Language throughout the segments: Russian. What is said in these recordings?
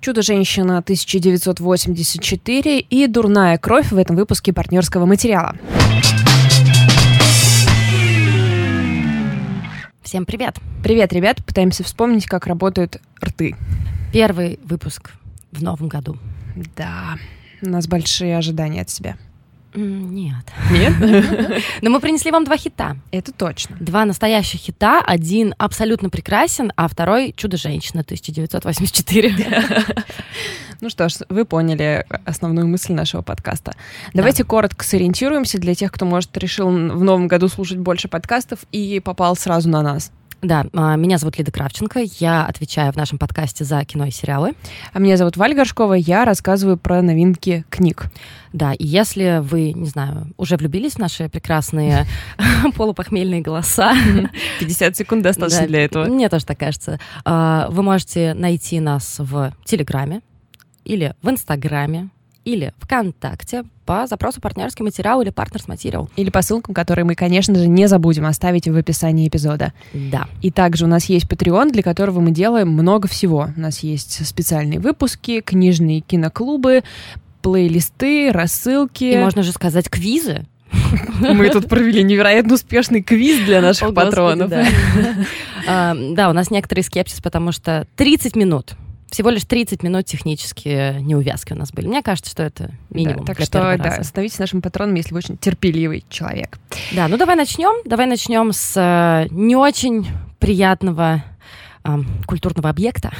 «Чудо-женщина» 1984 и «Дурная кровь» в этом выпуске партнерского материала. Всем привет! Привет, ребят! Пытаемся вспомнить, как работают рты. Первый выпуск в новом году. Да, у нас большие ожидания от себя. Нет. Нет? Но мы принесли вам 2 хита. Это точно. 2 настоящих хита. Один абсолютно прекрасен, а второй «Чудо-женщина» 1984. Ну что ж, вы поняли основную мысль нашего подкаста. Давайте коротко сориентируемся для тех, кто, может, решил в новом году слушать больше подкастов и попал сразу на нас. Да, меня зовут Лида Кравченко, я отвечаю в нашем подкасте за кино и сериалы. А меня зовут Валя Горшкова, я рассказываю про новинки книг. Да, и если вы, не знаю, уже влюбились в наши прекрасные полупохмельные голоса... 50 секунд достаточно для этого. Мне тоже так кажется. Вы можете найти нас в Телеграме или в Инстаграме, или ВКонтакте по запросу «Партнерский материал» или «Партнерс материал». Или по ссылкам, которые мы, конечно же, не забудем оставить в описании эпизода. Да. И также у нас есть Patreon, для которого мы делаем много всего. У нас есть специальные выпуски, книжные киноклубы, плейлисты, рассылки. И можно же сказать квизы. Мы тут провели невероятно успешный квиз для наших патронов. Да, у нас некоторый скепсис, потому что 30 минут. Всего лишь 30 минут технические неувязки у нас были. Мне кажется, что это минимум. Да, так что, становитесь нашим патроном, если вы очень терпеливый человек. Да, ну давай начнем. Давай начнем с не очень приятного культурного объекта.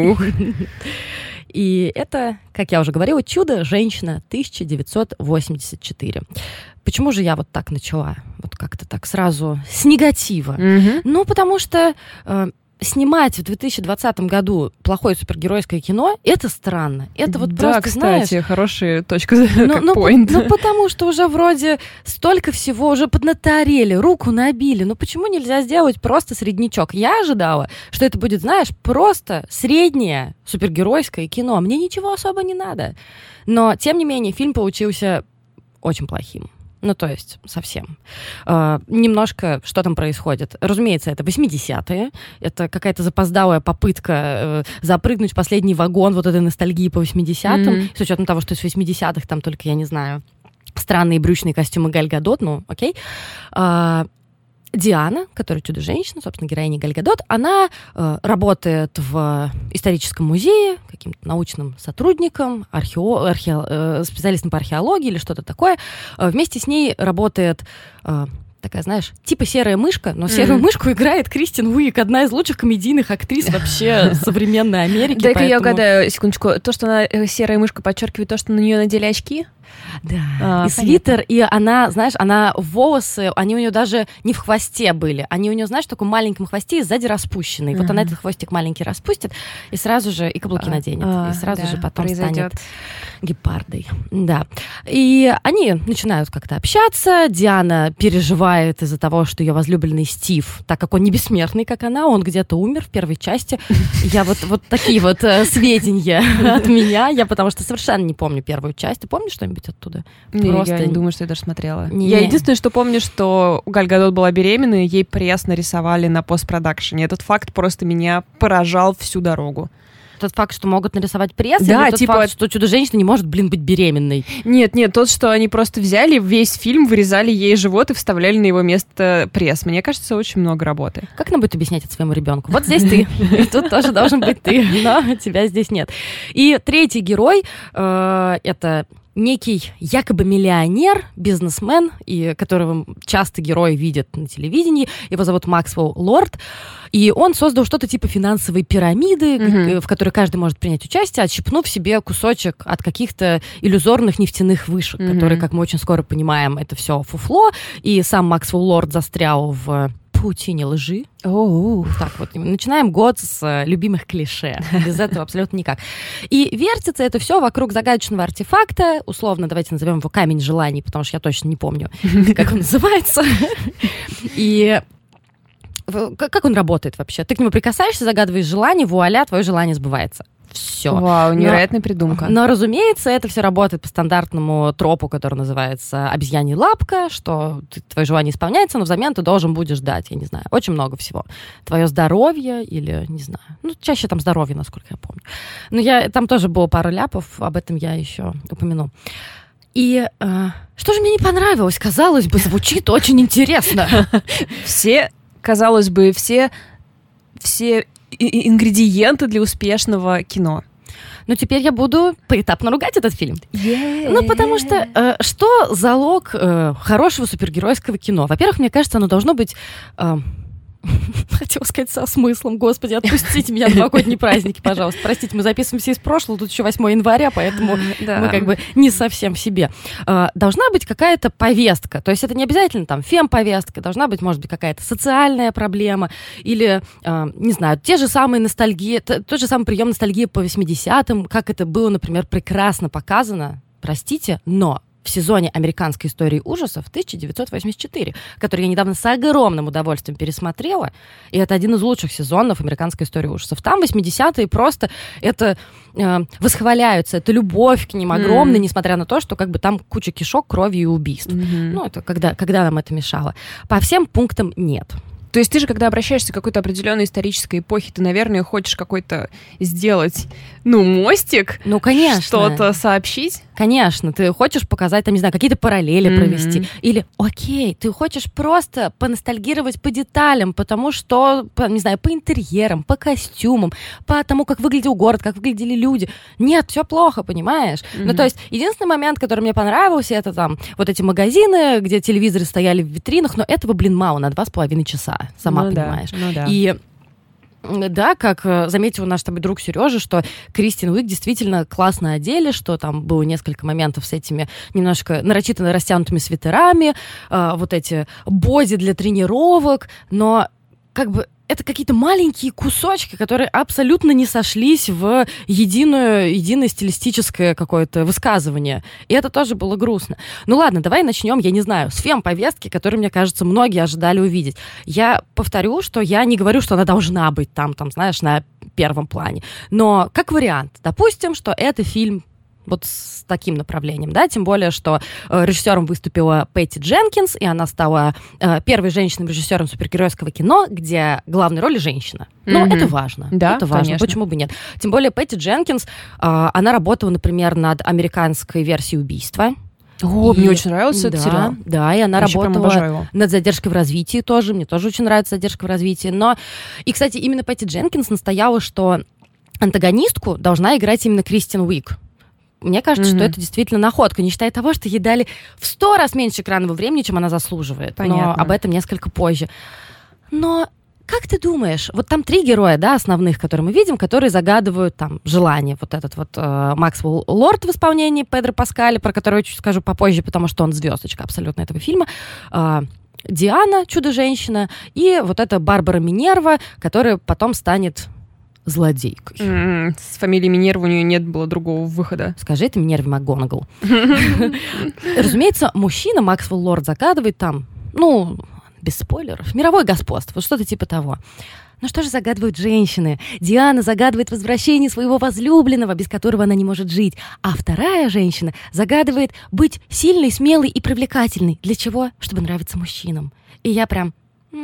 И это, как я уже говорила, «Чудо-женщина» 1984. Почему же я вот так начала? Вот как-то так сразу с негатива. Ну, потому что... Снимать в 2020 году плохое супергеройское кино — это странно. Это вот да, просто, кстати, знаешь... хорошая точка, как поинт. Ну, потому что уже вроде столько всего уже поднаторели, руку набили. Ну, почему нельзя сделать просто среднячок? Я ожидала, что это будет, знаешь, просто среднее супергеройское кино. Мне ничего особо не надо. Но, тем не менее, фильм получился очень плохим. Ну, то есть, совсем. Немножко, что там происходит. Разумеется, это 80-е. Это какая-то запоздалая попытка запрыгнуть в последний вагон вот этой ностальгии по 80-м. С учетом того, что из 80-х там только, я не знаю, странные брючные костюмы Галь Гадот, ну, окей. Диана, которая Чудо-женщина, собственно, героиня Галь Гадот, она работает в историческом музее, каким-то научным сотрудником, специалистом по археологии или что-то такое. Вместе с ней работает... такая, знаешь, типа серая мышка, но серую мышку играет Кристин Уиг, одна из лучших комедийных актрис вообще современной Америки. Дай-ка я угадаю, секундочку. То, что она серая мышка, подчеркивает то, что на нее надели очки? Да, и свитер, и она, знаешь, она волосы, они у нее даже не в хвосте были, они у нее, знаешь, в таком маленьком хвосте и сзади распущенные. Вот она этот хвостик маленький распустит, и сразу же и каблуки наденет, и сразу же потом станет гепардой. Да. И они начинают как-то общаться, Диана переживает из-за того, что ее возлюбленный Стив, так как он не бессмертный, как она, он где-то умер в первой части. Я вот такие вот сведения от меня, я потому что совершенно не помню первую часть. Ты помнишь что-нибудь оттуда? Просто... Я не думаю, что я даже смотрела. Я единственное, что помню, что Галь Гадот была беременна, и ей пресс нарисовали на постпродакшене. Этот факт просто меня поражал всю дорогу. Тот факт, что могут нарисовать пресс, да, или тот факт, что Чудо-женщина не может, быть беременной? Нет, тот, что они просто взяли весь фильм, вырезали ей живот и вставляли на его место пресс. Мне кажется, очень много работы. Как она будет объяснять это своему ребенку? Вот здесь ты, и тут тоже должен быть ты, но тебя здесь нет. И третий герой это... некий якобы миллионер, бизнесмен, и которого часто герои видят на телевидении. Его зовут Максвелл Лорд. И он создал что-то типа финансовой пирамиды, в которой каждый может принять участие, отщипнув себе кусочек от каких-то иллюзорных нефтяных вышек, которые, как мы очень скоро понимаем, это все фуфло. И сам Максвелл Лорд застрял в паутине лжи. Так вот, начинаем год с любимых клише. Без этого абсолютно никак. И вертится это все вокруг загадочного артефакта. Условно, давайте назовем его камень желаний, потому что я точно не помню, как он называется. И как он работает вообще? Ты к нему прикасаешься, загадываешь желание, вуаля, твое желание сбывается. Все. Вау, невероятная придумка. Но, разумеется, это все работает по стандартному тропу, который называется обезьянья лапка, что твое желание исполняется, но взамен ты должен будешь дать, я не знаю, очень много всего. Твое здоровье или, не знаю, чаще там здоровье, насколько я помню. Но там тоже было пару ляпов, об этом я еще упомяну. И что же мне не понравилось? Казалось бы, звучит очень интересно. Казалось бы, все ингредиенты для успешного кино. Но теперь я буду поэтапно ругать этот фильм. Потому что что залог хорошего супергеройского кино? Во-первых, мне кажется, оно должно быть... Хотела сказать со смыслом. Господи, отпустите меня, новогодние праздники, пожалуйста. Простите, мы записываемся из прошлого, тут еще 8 января, поэтому мы как бы не совсем в себе. Должна быть какая-то повестка. То есть это не обязательно там фем-повестка, должна быть, может быть, какая-то социальная проблема или, не знаю, те же самые ностальгии, тот же самый прием ностальгии по 80-м, как это было, например, прекрасно показано, простите, но в сезоне «Американской истории ужасов» 1984, который я недавно с огромным удовольствием пересмотрела, и это один из лучших сезонов «Американской истории ужасов». Там 80-е просто это восхваляются, это любовь к ним огромная, несмотря на то, что как бы там куча кишок, крови и убийств. Это когда нам это мешало. По всем пунктам нет. То есть ты же, когда обращаешься к какой-то определенной исторической эпохе, ты, наверное, хочешь какой-то сделать, мостик? Конечно. Что-то сообщить? Конечно. Ты хочешь показать, там, не знаю, какие-то параллели провести. Или, окей, ты хочешь просто поностальгировать по деталям, потому что, не знаю, по интерьерам, по костюмам, по тому, как выглядел город, как выглядели люди. Нет, все плохо, понимаешь? То есть единственный момент, который мне понравился, это там вот эти магазины, где телевизоры стояли в витринах, но этого, мало, на 2,5 часа. Сама понимаешь. Да. И да, как заметил наш с тобой друг Сережа, что Кристин Уиг действительно классно одели, что там было несколько моментов с этими немножко нарочито растянутыми свитерами, вот эти боди для тренировок, но как бы это какие-то маленькие кусочки, которые абсолютно не сошлись в единое стилистическое какое-то высказывание. И это тоже было грустно. Ладно, давай начнем, я не знаю, с фем-повестки, которую, мне кажется, многие ожидали увидеть. Я повторю, что я не говорю, что она должна быть там, знаешь, на первом плане. Но как вариант, допустим, что это фильм вот с таким направлением, да, тем более, что режиссером выступила Пэтти Дженкинс, и она стала первой женщиной-режиссером супергеройского кино, где главной роли женщина. Это важно. Да, это важно. Конечно. Почему бы нет? Тем более Пэтти Дженкинс, она работала, например, над американской версией «Убийства». Мне очень нравился этот сериал. Да, и она работала над задержкой в развитии тоже. Мне тоже очень нравится задержка в развитии. И, кстати, именно Пэтти Дженкинс настояла, что антагонистку должна играть именно Кристин Уиг. Мне кажется, что это действительно находка, не считая того, что ей дали в 100 раз меньше экранного времени, чем она заслуживает. Понятно. Но об этом несколько позже. Но как ты думаешь, вот там 3 героя, да, основных, которые мы видим, которые загадывают там желание. Вот этот вот Максвелл Лорд в исполнении Педро Паскаля, про которого я чуть скажу попозже, потому что он звездочка абсолютно этого фильма. Диана, Чудо-женщина, и вот эта Барбара Минерва, которая потом станет злодейкой. С фамилией Минерва у нее нет было другого выхода. Скажи это Минерве МакГонагал. Разумеется, мужчина Максвелл Лорд загадывает там, без спойлеров, мировое господство, вот что-то типа того. Но что же загадывают женщины? Диана загадывает возвращение своего возлюбленного, без которого она не может жить. А вторая женщина загадывает быть сильной, смелой и привлекательной. Для чего? Чтобы нравиться мужчинам. И я прям...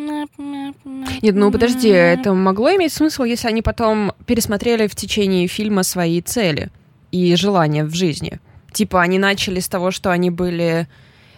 Нет, подожди, это могло иметь смысл, если они потом пересмотрели в течение фильма свои цели и желания в жизни. Типа они начали с того, что они были,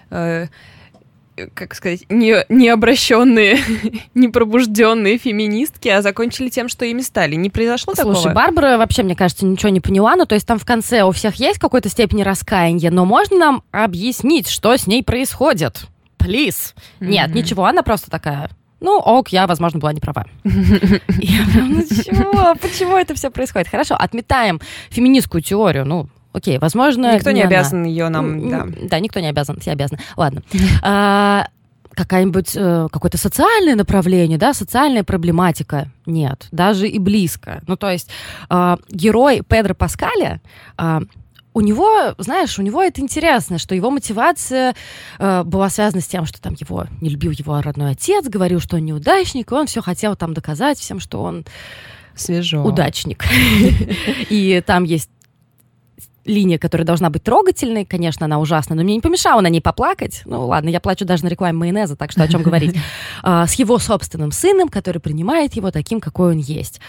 как сказать, не обращенные, не пробужденные феминистки, а закончили тем, что ими стали. Не произошло такого? Слушай, Барбара вообще, мне кажется, ничего не поняла. То есть там в конце у всех есть какой-то степень раскаяния, но можно нам объяснить, что с ней происходит? Плиз. Нет, ничего, она просто такая... я, возможно, была не права. Я прям, чего? Почему это все происходит? Хорошо, отметаем феминистскую теорию. Окей, возможно... Никто не обязан ее нам... Да, никто не обязан, все обязаны. Ладно. Какое-нибудь какое-то социальное направление, да, социальная проблематика? Нет, даже и близко. То есть герой Педро Паскаля... У него, знаешь, это интересно, что его мотивация была связана с тем, что там его не любил его родной отец, говорил, что он неудачник, и он все хотел там доказать всем, что он Свежо. Удачник. И там есть линия, которая должна быть трогательной. Конечно, она ужасна, но мне не помешало на ней поплакать. Ну, ладно, я плачу даже на рекламе майонеза, так что о чем говорить. С его собственным сыном, который принимает его таким, какой он есть.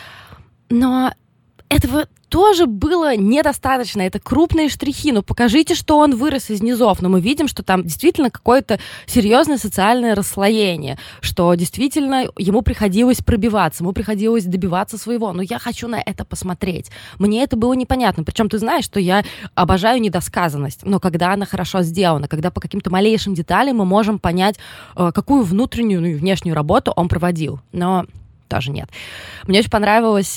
Но этого тоже было недостаточно. Это крупные штрихи. Ну, покажите, что он вырос из низов. Но мы видим, что там действительно какое-то серьезное социальное расслоение, что действительно ему приходилось пробиваться, ему приходилось добиваться своего. Но я хочу на это посмотреть. Мне это было непонятно. Причем ты знаешь, что я обожаю недосказанность. Но когда она хорошо сделана, когда по каким-то малейшим деталям мы можем понять, какую внутреннюю и внешнюю работу он проводил. Но тоже нет. Мне очень понравилось...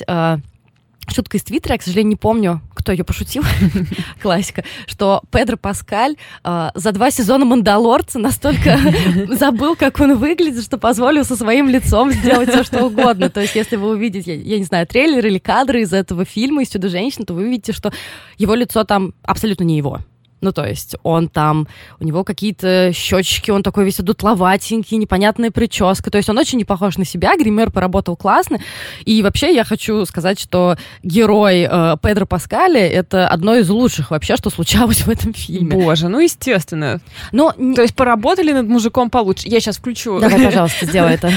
шутка из Твиттера, я, к сожалению, не помню, кто ее пошутил, классика, что Педро Паскаль за 2 сезона «Мандалорца» настолько забыл, как он выглядит, что позволил со своим лицом сделать все, что угодно. То есть, если вы увидите, я не знаю, трейлер или кадры из этого фильма, из «Чудо-женщины», то вы увидите, что его лицо там абсолютно не его. Ну, то есть он там, у него какие-то щечки, он такой весь одутловатенький, непонятная прическа. То есть он очень не похож на себя, гример поработал классно. И вообще я хочу сказать, что герой Педро Паскаля — это одно из лучших вообще, что случалось в этом фильме. Боже, ну естественно. Но... То есть поработали над мужиком получше. Я сейчас включу. Давай, пожалуйста, сделай это.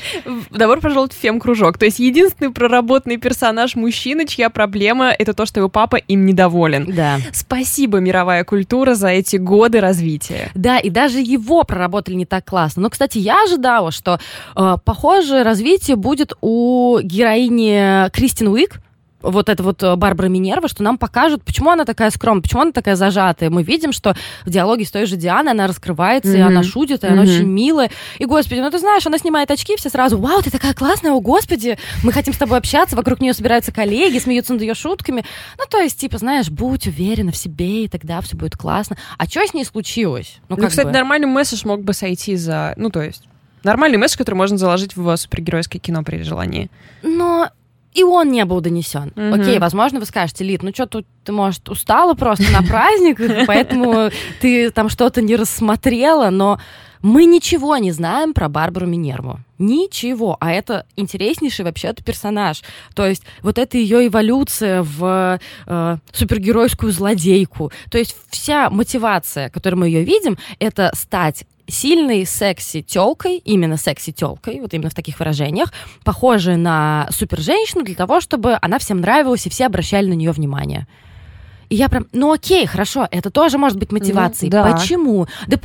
Добро пожаловать в фем-кружок. То есть единственный проработанный персонаж мужчина, чья проблема — это то, что его папа им недоволен. Да. Спасибо, мировая культура, за эти годы развития. Да, и даже его проработали не так классно. Но, кстати, я ожидала, что похожее развитие будет у героини Кристин Уиг, вот это вот Барбара Минерва, что нам покажут, почему она такая скромная, почему она такая зажатая. Мы видим, что в диалоге с той же Дианой она раскрывается, и она шутит, и она очень милая. И, господи, ну ты знаешь, она снимает очки, все сразу: вау, ты такая классная, о, господи, мы хотим с тобой общаться, вокруг нее собираются коллеги, смеются над ее шутками. Ну, то есть, типа, знаешь, будь уверена в себе, и тогда все будет классно. А что с ней случилось? Ну, кстати, нормальный месседж мог бы сойти за... Ну, то есть, нормальный месседж, который можно заложить в супергеройское кино при желании. Но... И он не был донесен. Окей, возможно, вы скажете: Лид, ну что тут, ты, может, устала просто на праздник, поэтому ты там что-то не рассмотрела, но мы ничего не знаем про Барбару Минерву. Ничего. А это интереснейший вообще-то персонаж. То есть вот эта ее эволюция в супергеройскую злодейку. То есть вся мотивация, которой мы ее видим, это стать сильной секси-тёлкой, именно секси-тёлкой, вот именно в таких выражениях, похожей на супер-женщину для того, чтобы она всем нравилась и все обращали на нее внимание. И я прям, ну окей, хорошо, это тоже может быть мотивацией. Да. Почему? Да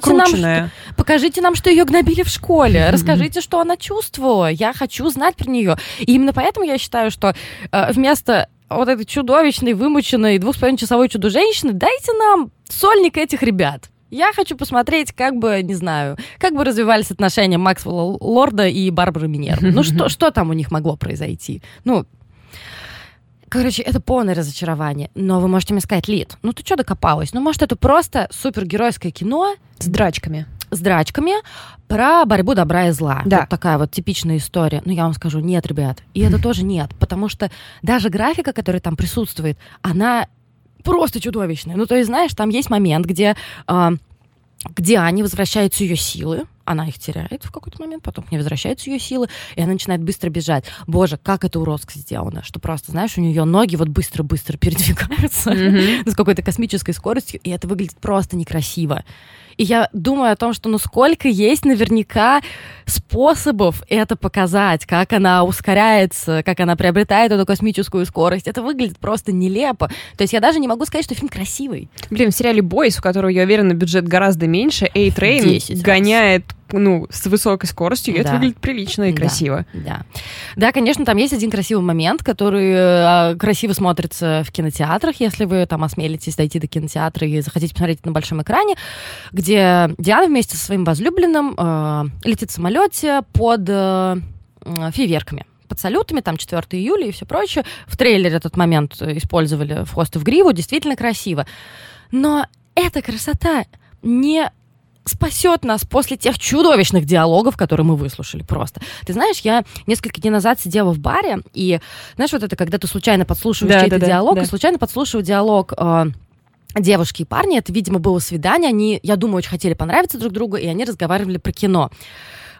покажите нам, что ее гнобили в школе. Расскажите, что она чувствовала. Я хочу знать про нее. И именно поэтому я считаю, что вместо вот этой чудовищной, вымученной 2,5-часовой чудо-женщины дайте нам сольник этих ребят. Я хочу посмотреть, как бы, не знаю, как бы развивались отношения Максвелла Лорда и Барбары Минервы. Ну, что там у них могло произойти? Ну, короче, это полное разочарование. Но вы можете мне сказать: Лид, ну ты что докопалась? Ну, может, это просто супергеройское кино? С драчками. С драчками про борьбу добра и зла. Да. Вот такая вот типичная история. Ну, я вам скажу, нет, ребят. И это тоже нет. Потому что даже графика, которая там присутствует, она... просто чудовищная. Ну, то есть, знаешь, там есть момент, где Диане возвращаются ее силы, она их теряет в какой-то момент, потом к ней возвращаются ее силы, и она начинает быстро бежать. Боже, как это уродски сделано, что просто, знаешь, у нее ноги вот быстро-быстро передвигаются с какой-то космической скоростью, и это выглядит просто некрасиво. И я думаю о том, что сколько есть наверняка способов это показать, как она ускоряется, как она приобретает эту космическую скорость. Это выглядит просто нелепо. То есть я даже не могу сказать, что фильм красивый. Блин, в сериале «Бойс», у которого, я уверена, бюджет гораздо меньше, A-Train гоняет с высокой скоростью, и это выглядит прилично и красиво. Да, конечно, там есть один красивый момент, который красиво смотрится в кинотеатрах, если вы там осмелитесь дойти до кинотеатра и захотите посмотреть на большом экране, где Диана вместе со своим возлюбленным летит в самолете под фейерверками. Под салютами, там 4 июля и все прочее. В трейлере этот момент использовали в «Хвост и в гриву», действительно красиво. Но эта красота не спасет нас после тех чудовищных диалогов, которые мы выслушали просто. Ты знаешь, я несколько дней назад сидела в баре, и, знаешь, вот это, когда ты случайно подслушиваешь чей-то диалог, и случайно подслушиваю диалог девушки и парня, это, видимо, было свидание, они, я думаю, очень хотели понравиться друг другу, и они разговаривали про кино.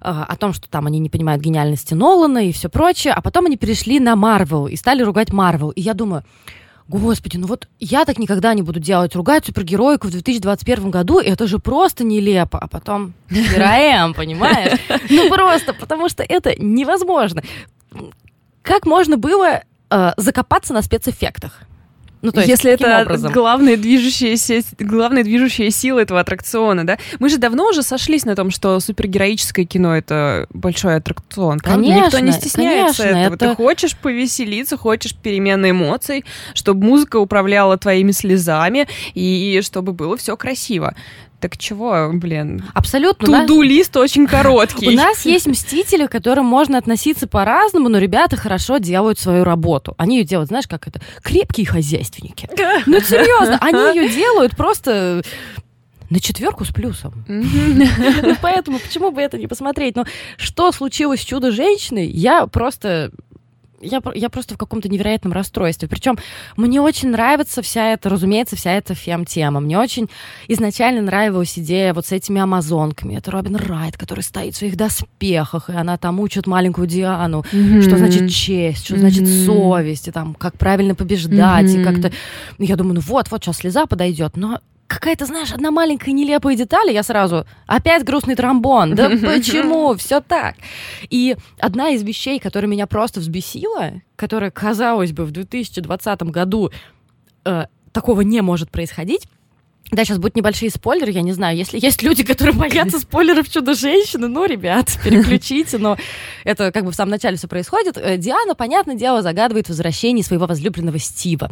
о том, что там они не понимают гениальности Нолана и все прочее, а потом они перешли на Марвел и стали ругать Марвел. И я думаю, господи, ну вот я так никогда не буду делать, ругать супергероику в 2021 году, это же просто нелепо. А потом Героям, понимаешь? Ну просто, потому что это невозможно. Как можно было закопаться на спецэффектах? Ну, то есть, если это образом? главная движущая сила этого аттракциона, да? Мы же давно уже сошлись на том, что супергероическое кино — это большой аттракцион. Конечно, никто не стесняется конечно, этого. Ты хочешь повеселиться, хочешь перемены эмоций, чтобы музыка управляла твоими слезами и чтобы было все красиво. Так чего, блин? Абсолютно. Туду-лист очень короткий. У нас есть «Мстители», к которым можно относиться по-разному, но ребята хорошо делают свою работу. Они ее делают, знаешь, как это? Крепкие хозяйственники. Ну, серьезно, они ее делают просто на 4 с плюсом. Поэтому почему бы это не посмотреть? Но что случилось с «Чудо-женщиной», я просто в каком-то невероятном расстройстве. Причем мне очень нравится вся эта фем-тема. Мне очень изначально нравилась идея вот с этими амазонками. Это Робин Райт, который стоит в своих доспехах, и она там учит маленькую Диану, что значит честь, что значит совесть, и там, как правильно побеждать, и как-то... Я думаю, ну вот, сейчас слеза подойдет, но какая-то, знаешь, одна маленькая нелепая деталь, и я сразу опять грустный тромбон. Да почему? Все так. И одна из вещей, которая меня просто взбесила, которая, казалось бы, в 2020 году такого не может происходить. Да, сейчас будут небольшие спойлеры, я не знаю, если есть люди, которые боятся спойлеров «Чудо-женщины», ну, ребят, переключите, но это как бы в самом начале все происходит. Диана, понятное дело, загадывает возвращение своего возлюбленного Стива.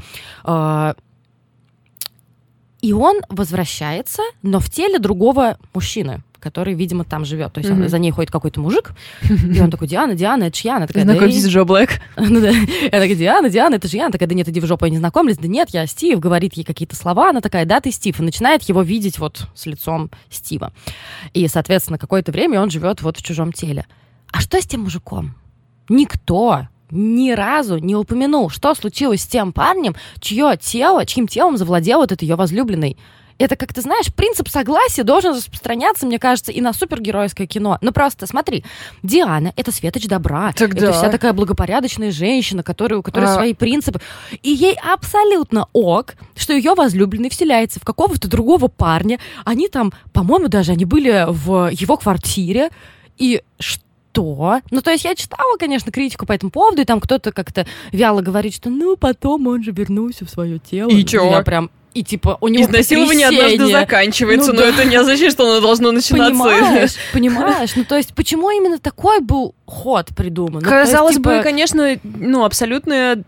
И он возвращается, но в теле другого мужчины, который, видимо, там живет. То есть за ней ходит какой-то мужик, и он такой: Диана, это ж Яна. Знакомьтесь с Джо Блэк. Ну да. Я такая: Диана, это же Яна. Такая: да нет, иди в жопу, я не знакомлюсь. Да нет, я Стив. Говорит ей какие-то слова. Она такая: да, ты Стив. И начинает его видеть вот с лицом Стива. И, соответственно, какое-то время он живет вот в чужом теле. А что с тем мужиком? Никто ни разу не упомянул, что случилось с тем парнем, чьим телом завладел вот этот ее возлюбленный. Это, как ты знаешь, принцип согласия должен распространяться, мне кажется, и на супергеройское кино. Ну просто смотри, Диана — это светоч добра, это вся такая благопорядочная женщина, у которой свои принципы. И ей абсолютно ок, что ее возлюбленный вселяется в какого-то другого парня. Они там, по-моему, даже они были в его квартире. И что? Ну, то есть я читала, конечно, критику по этому поводу, и там кто-то как-то вяло говорит, что ну, потом он же вернулся в свое тело. И чё? Я прям... И типа у него изнасилование однажды заканчивается, но это не означает, что оно должно начинаться. Понимаешь? Ну, то есть почему именно такой был ход придуман? Казалось бы, конечно, ну, абсолютное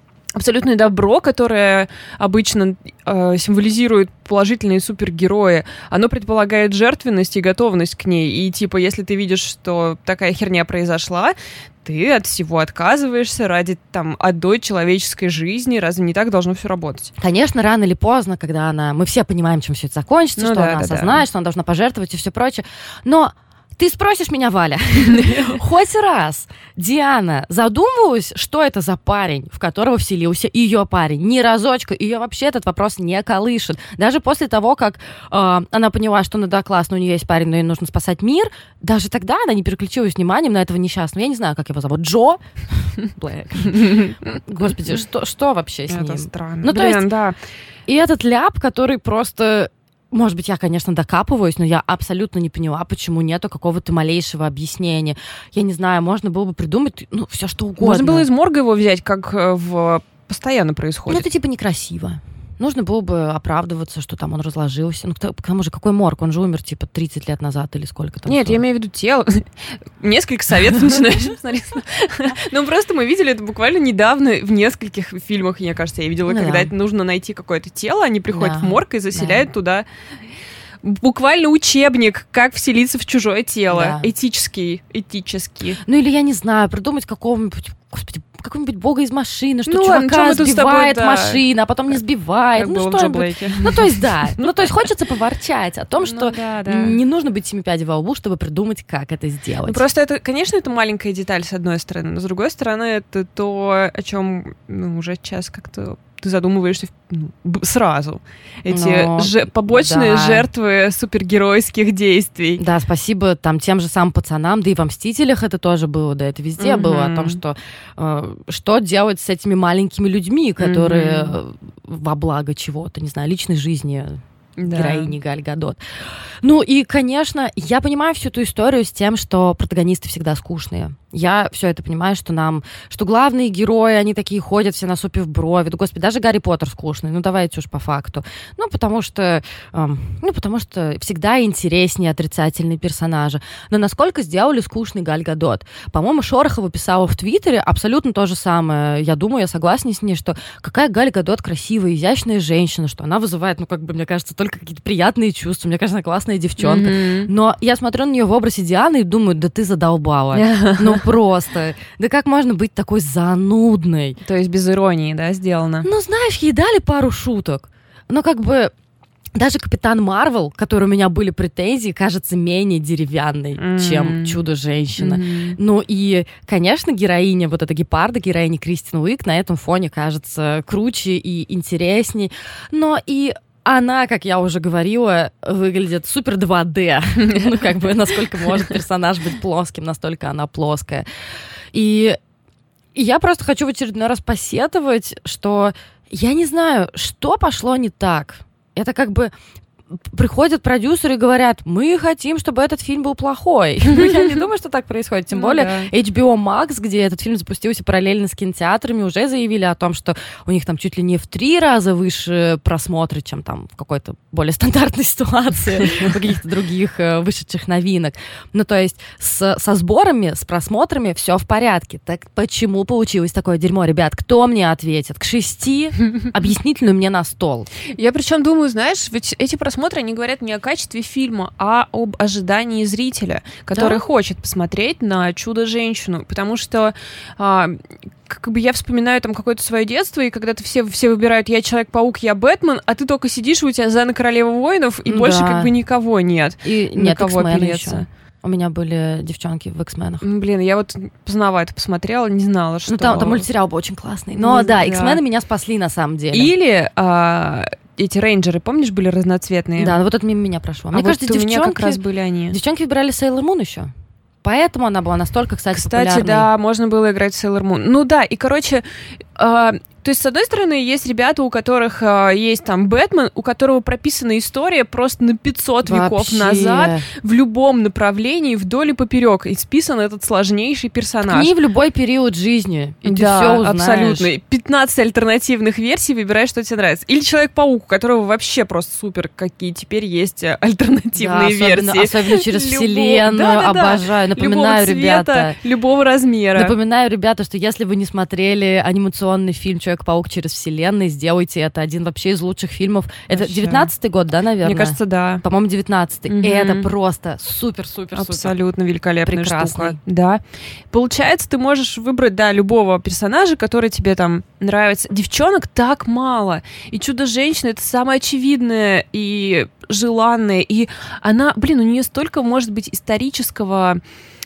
добро, которое обычно символизирует положительные супергерои, оно предполагает жертвенность и готовность к ней. И типа, если ты видишь, что такая херня произошла, ты от всего отказываешься ради там одной человеческой жизни. Разве не так должно все работать? Конечно, рано или поздно, когда мы все понимаем, чем все это закончится, что она осознает, что она должна пожертвовать и все прочее. Но ты спросишь меня, Валя, хоть раз Диана задумывалась, что это за парень, в которого вселился ее парень? Ни разочка. Ее вообще этот вопрос не колышет. Даже после того, как она поняла, что ну да, классно, у нее есть парень, но ей нужно спасать мир, даже тогда она не переключилась вниманием на этого несчастного. Я не знаю, как его зовут. Джо Блэк. Господи, что вообще с ним? Это странно. Ну, то есть, да. И этот ляп, который просто... Может быть, я, конечно, докапываюсь, но я абсолютно не поняла, почему нету какого-то малейшего объяснения. Я не знаю, можно было бы придумать, ну, все что угодно. Можно было из морга его взять, как постоянно происходит. Ну, это типа некрасиво. Нужно было бы оправдываться, что там он разложился. Ну, к тому же, какой морг? Он же умер, типа, 30 лет назад или сколько там. Нет, я имею в виду тело. Несколько советов начинаешь смотреть. Ну, просто мы видели это буквально недавно в нескольких фильмах, мне кажется, я видела, когда нужно найти какое-то тело, они приходят в морг и заселяют туда буквально учебник, как вселиться в чужое тело. Этический. Ну, или, я не знаю, придумать какого-нибудь бога из машины, что чувака сбивает машина, а потом не сбивает. Ну, что-нибудь. Ну, то есть, да. Ну, то есть, хочется поворчать о том, что не нужно быть 7 пядей во лбу, чтобы придумать, как это сделать. Ну, просто это, конечно, это маленькая деталь, с одной стороны, но с другой стороны, это то, о чем уже сейчас как-то ты задумываешься сразу. Эти побочные жертвы супергеройских действий. Да, спасибо там тем же самым пацанам, да и во «Мстителях» это тоже было, да, это везде было о том, что делать с этими маленькими людьми, которые во благо чего-то, не знаю, личной жизни героини Галь Гадот. Ну и, конечно, я понимаю всю эту историю с тем, что протагонисты всегда скучные. Я все это понимаю, что главные герои, они такие ходят все насупив брови. Да, господи, даже Гарри Поттер скучный. Ну, давайте уж по факту. Потому что всегда интереснее отрицательные персонажи. Но насколько сделали скучный Галь Гадот? По-моему, Шорохова писала в Твиттере абсолютно то же самое. Я думаю, я согласна с ней, что какая Галь Гадот красивая, изящная женщина, что она вызывает, мне кажется, только какие-то приятные чувства. Мне кажется, она классная девчонка. Но я смотрю на нее в образе Дианы и думаю, да ты задолбала. Просто. Да как можно быть такой занудной? То есть без иронии, да, сделано? Знаешь, ей дали пару шуток. Но даже Капитан Марвел, к которой у меня были претензии, кажется менее деревянной, чем Чудо-женщина. И, конечно, героиня, вот эта гепарда, героиня Кристин Уиг на этом фоне кажется круче и интересней. Но и она, как я уже говорила, выглядит супер 2D. Насколько может персонаж быть плоским, настолько она плоская. И я просто хочу в очередной раз посетовать, что я не знаю, что пошло не так. Это приходят продюсеры и говорят, мы хотим, чтобы этот фильм был плохой. Я не думаю, что так происходит. Тем более HBO Max, где этот фильм запустился параллельно с кинотеатрами, уже заявили о том, что у них там чуть ли не в 3 раза выше просмотры, чем там в какой-то более стандартной ситуации, у каких-то других вышедших новинок. То есть со сборами, с просмотрами все в порядке. Так почему получилось такое дерьмо, ребят? Кто мне ответит? К 6 объяснительную мне на стол. Я причем думаю, знаешь, ведь эти просмотры, они говорят не о качестве фильма, а об ожидании зрителя, который хочет посмотреть на «Чудо-женщину», потому что я вспоминаю там какое-то свое детство, и когда все выбирают «я Человек-паук», «я Бэтмен», а ты только сидишь, и у тебя Зена Королева воинов, и больше никого нет. И нет X-Men еще. У меня были девчонки в X-менах. Я поздновато посмотрела, не знала, что... Там мультсериал был очень классный. Но X-мены меня спасли на самом деле. Или... эти рейнджеры, помнишь, были разноцветные? Да, вот это мимо меня прошло. Мне кажется, у меня как раз были они. Девчонки выбирали Sailor Moon еще. Поэтому она была настолько, кстати, популярной. Да, можно было играть в Sailor Moon. То есть, с одной стороны, есть ребята, у которых есть там Бэтмен, у которого прописана история просто на 500 веков назад, в любом направлении, вдоль и поперек, и списан этот сложнейший персонаж. Ткни в любой период жизни, и ты все узнаешь. Абсолютно. 15 альтернативных версий, выбирай, что тебе нравится. Или Человек-паук, у которого вообще просто супер, какие теперь есть альтернативные версии. Особенно через вселенную, обожаю. Напоминаю, любого цвета, ребята, любого размера. Напоминаю, ребята, что если вы не смотрели анимационный фильм «Человек-паук через вселенную», сделайте это. Один вообще из лучших фильмов. Это 19-й год, да, наверное? Мне кажется, да. По-моему, 19-й. И это просто супер-супер-супер. Абсолютно великолепная прекрасный штука. Да. Получается, ты можешь выбрать, любого персонажа, который тебе там нравится. Девчонок так мало. И «Чудо-женщина» — это самое очевидное и желанное. И она, у нее столько, может быть, исторического...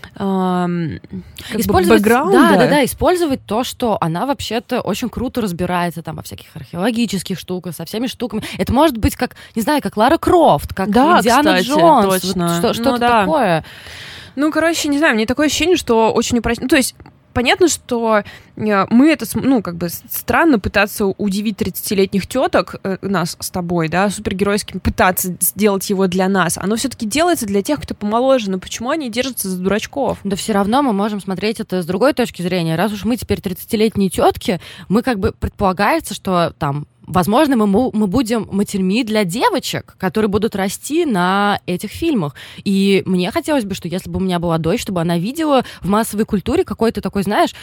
использовать бэкграунда. Да, использовать то, что она вообще-то очень круто разбирается там во всяких археологических штуках, со всеми штуками. Это может быть как, не знаю, как Лара Крофт, как Индиана Джонс, точно. Что-то такое. Не знаю, мне такое ощущение, что очень упростительно. То есть понятно, что мы это, странно пытаться удивить 30-летних теток, нас с тобой, да, супергеройским, пытаться сделать его для нас. Оно все-таки делается для тех, кто помоложе, но почему они держатся за дурачков? Да все равно мы можем смотреть это с другой точки зрения. Раз уж мы теперь 30-летние тетки, мы предполагается, что там возможно, мы будем матерьми для девочек, которые будут расти на этих фильмах. И мне хотелось бы, что если бы у меня была дочь, чтобы она видела в массовой культуре какой-то такой, знаешь,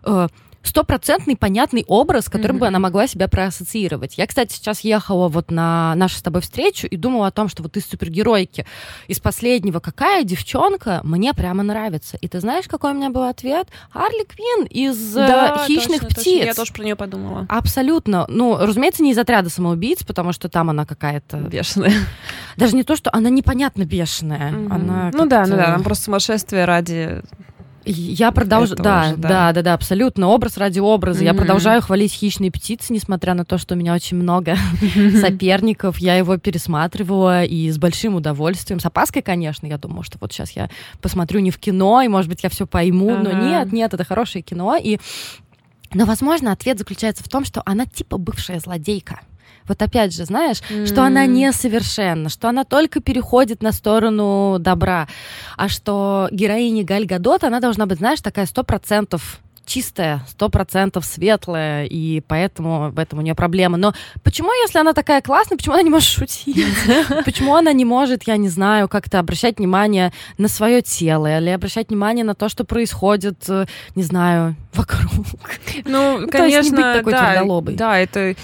100% понятный образ, с которым бы она могла себя проассоциировать. Я, кстати, сейчас ехала на нашу с тобой встречу и думала о том, что из супергеройки, из последнего, какая девчонка мне прямо нравится. И ты знаешь, какой у меня был ответ? Харли Квинн из «Хищных птиц». Точно. Я тоже про нее подумала. Абсолютно. Разумеется, не из «Отряда самоубийц», потому что там она какая-то... бешеная. Даже не то, что она непонятно бешеная. Она да, там просто сумасшествие ради... Я продолжаю, да, абсолютно, образ ради образа. Я продолжаю хвалить «Хищные птицы», несмотря на то, что у меня очень много соперников. Я его пересматривала и с большим удовольствием. С опаской, конечно, я думаю, что вот сейчас я посмотрю не в кино, и, может быть, я все пойму, но нет, это хорошее кино. Но, возможно, ответ заключается в том, что она типа бывшая злодейка. Вот опять же, знаешь, что она несовершенна, что она только переходит на сторону добра, а что героиня Галь Гадот, она должна быть, знаешь, такая 100% чистая, 100% светлая, и поэтому в этом у нее проблема. Но почему, если она такая классная, почему она не может шутить? Почему она не может, я не знаю, как-то обращать внимание на свое тело или обращать внимание на то, что происходит, не знаю, вокруг? Ну, конечно, то есть не быть такой твердолобой. Да, это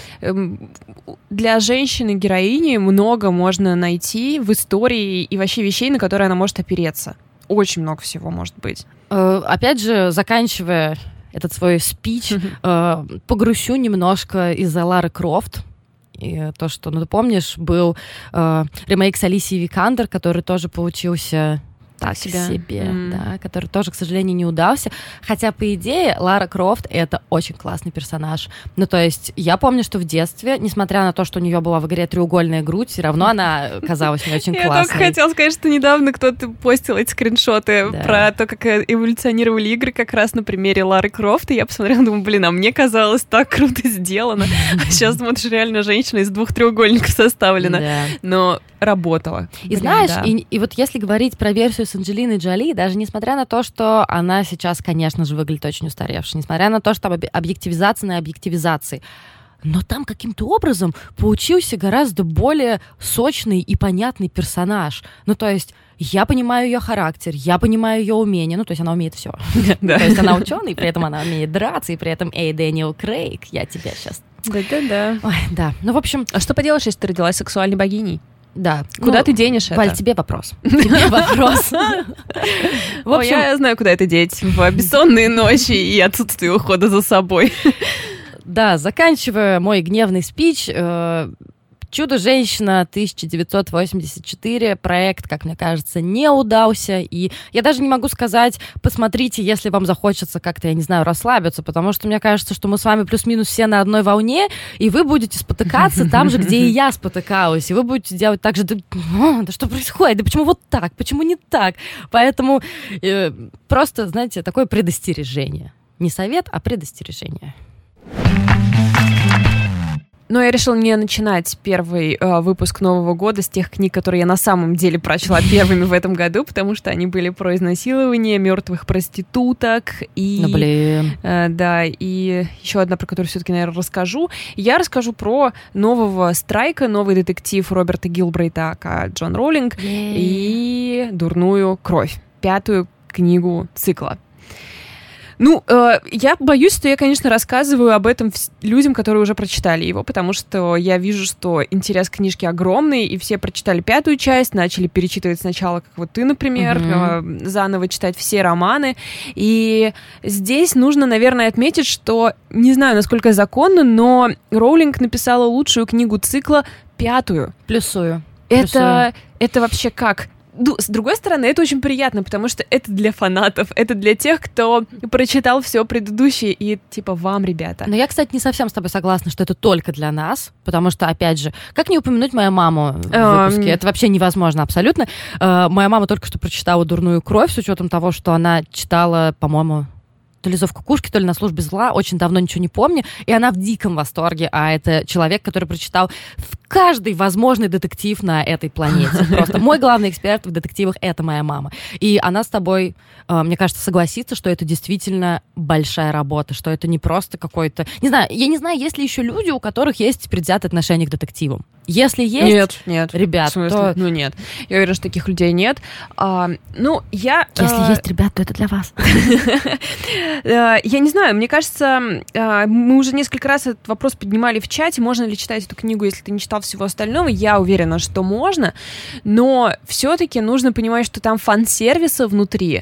для женщины-героини много можно найти в истории и вообще вещей, на которые она может опереться. Очень много всего может быть. Опять же, заканчивая этот свой спич, погрущу немножко из-за Лары Крофт. И то, что, ты помнишь, был ремейк с Алисией Викандер, который тоже получился так себе, да, который тоже, к сожалению, не удался. Хотя, по идее, Лара Крофт — это очень классный персонаж. Ну, то есть, я помню, что в детстве, несмотря на то, что у нее была в игре треугольная грудь, все равно она казалась мне очень классной. Я только хотела сказать, что недавно кто-то постил эти скриншоты про то, как эволюционировали игры как раз на примере Лары Крофт, и я посмотрела, думаю, а мне казалось так круто сделано. А сейчас смотришь, реально женщина из 2 треугольников составлена. Но работала. И знаешь, и вот если говорить про версию с Анджелиной Джоли, даже несмотря на то, что она сейчас, конечно же, выглядит очень устаревшей, несмотря на то, что там объективизация на объективизации, но там каким-то образом получился гораздо более сочный и понятный персонаж. Ну, то есть я понимаю ее характер, я понимаю ее умение, ну, то есть она умеет все. То есть она ученый, при этом она умеет драться, и при этом, Дэниел Крейг, я тебя сейчас... Да-да-да. Ой, да, ну, в общем... А что поделаешь, если ты родилась сексуальной богиней? Да. Куда ты денешь Валь, это? тебе вопрос. Тебе вопрос. В общем, я знаю, куда это деть. В бессонные ночи и отсутствие ухода за собой. Да, заканчивая мой гневный спич, «Чудо-женщина» 1984, проект, как мне кажется, не удался, и я даже не могу сказать, посмотрите, если вам захочется как-то, я не знаю, расслабиться, потому что мне кажется, что мы с вами плюс-минус все на одной волне, и вы будете спотыкаться там же, где и я спотыкалась, и вы будете делать так же, да что происходит, да почему вот так, почему не так, поэтому просто, знаете, такое предостережение, не совет, а предостережение. Но я решила не начинать первый выпуск Нового года с тех книг, которые я на самом деле прочла первыми в этом году, потому что они были про изнасилование мертвых проституток и... Ну, блин. Да, и еще одна, про которую все-таки, наверное, расскажу. Я расскажу про нового Страйка, новый детектив Роберта Гилбрейта, ака Джон Роулинг, и «Дурную кровь», 5-ю книгу цикла. Ну, я боюсь, что я, конечно, рассказываю об этом людям, которые уже прочитали его, потому что я вижу, что интерес к книжке огромный, и все прочитали 5-ю часть, начали перечитывать сначала, как вот ты, например, заново читать все романы. И здесь нужно, наверное, отметить, что, не знаю, насколько законно, но Роулинг написала лучшую книгу цикла, 5-ю. Плюсую. Это вообще как? С другой стороны, это очень приятно, потому что это для фанатов, это для тех, кто прочитал все предыдущее, и типа вам, ребята. Но я, кстати, не совсем с тобой согласна, что это только для нас, потому что, опять же, как не упомянуть мою маму в выпуске? Это вообще невозможно абсолютно. Моя мама только что прочитала «Дурную кровь», с учетом того, что она читала, по-моему, то ли «Зов кукушки», то ли «На службе зла», очень давно ничего не помню, и она в диком восторге, а это человек, который прочитал каждый возможный детектив на этой планете. Просто мой главный эксперт в детективах — это моя мама. И она с тобой, мне кажется, согласится, что это действительно большая работа, что это не просто какой-то... Не знаю, я не знаю, есть ли еще люди, у которых есть предвзятое отношение к детективам. Если есть, нет, ребят, в смысле? то... Ну, нет. Я уверена, что таких людей нет. Если есть, ребят, то это для вас. Я не знаю, мне кажется, мы уже несколько раз этот вопрос поднимали в чате, можно ли читать эту книгу, если ты не читал всего остального. Я уверена, что можно, но все-таки нужно понимать, что там фан-сервиса внутри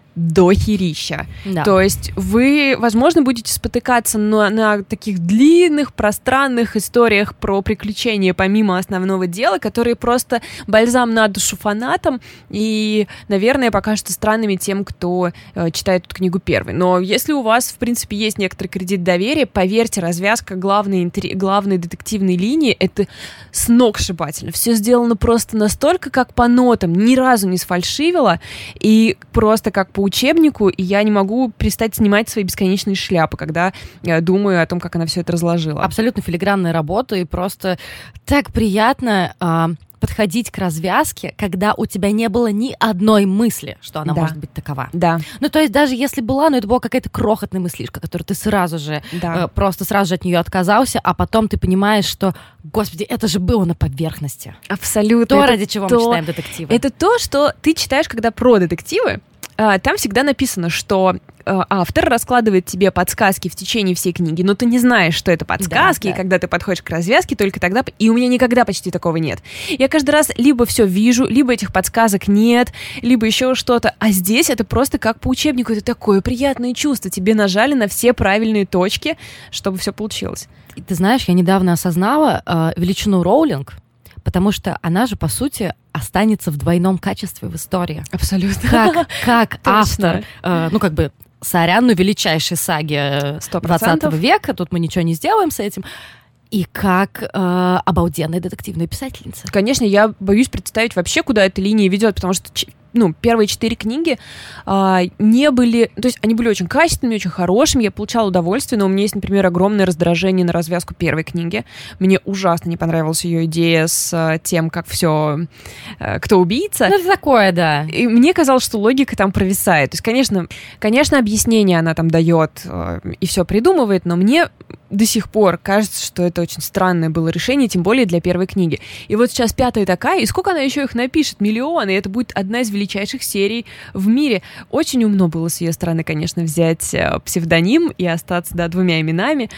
дохерища. Да. То есть вы, возможно, будете спотыкаться на таких длинных, пространных историях про приключения помимо основного дела, которые просто бальзам на душу фанатам и, наверное, покажутся странными тем, кто читает эту книгу первой. Но если у вас, в принципе, есть некоторый кредит доверия, поверьте, развязка главной детективной линии — это сногсшибательно. Все сделано просто настолько, как по нотам, ни разу не сфальшивило, и просто как по учебнику, и я не могу перестать снимать свои бесконечные шляпы, когда я думаю о том, как она все это разложила. Абсолютно филигранная работа, и просто так приятно подходить к развязке, когда у тебя не было ни одной мысли, что она может быть такова. Да. Ну, то есть даже если была, но это была какая-то крохотная мыслишка, которую ты сразу же, просто сразу же от нее отказался, а потом ты понимаешь, что, господи, это же было на поверхности. Абсолютно. То, ради чего мы читаем детективы. Это то, что ты читаешь, когда про детективы. Там всегда написано, что автор раскладывает тебе подсказки в течение всей книги, но ты не знаешь, что это подсказки, и когда ты подходишь к развязке, только тогда... И у меня никогда почти такого нет. Я каждый раз либо все вижу, либо этих подсказок нет, либо еще что-то. А здесь это просто как по учебнику. Это такое приятное чувство. Тебе нажали на все правильные точки, чтобы все получилось. И ты знаешь, я недавно осознала величину Роулинг, потому что она же, по сути, останется в двойном качестве в истории. Абсолютно. Как автор, сорян, величайшей саги 20 века, тут мы ничего не сделаем с этим, и как обалденная детективная писательница. Конечно, я боюсь представить вообще, куда эта линия ведет, потому что первые 4 книги не были... То есть они были очень качественными, очень хорошими, я получала удовольствие, но у меня есть, например, огромное раздражение на развязку первой книги. Мне ужасно не понравилась ее идея с тем, как все... Кто убийца. Ну, это такое, да. И мне казалось, что логика там провисает. То есть, конечно, объяснение она там дает и все придумывает, но мне до сих пор кажется, что это очень странное было решение, тем более для первой книги. И вот сейчас 5-я такая, и сколько она еще их напишет? Миллионы, и это будет одна из величайших серий в мире. Очень умно было с ее стороны, конечно, взять псевдоним и остаться, 2 именами.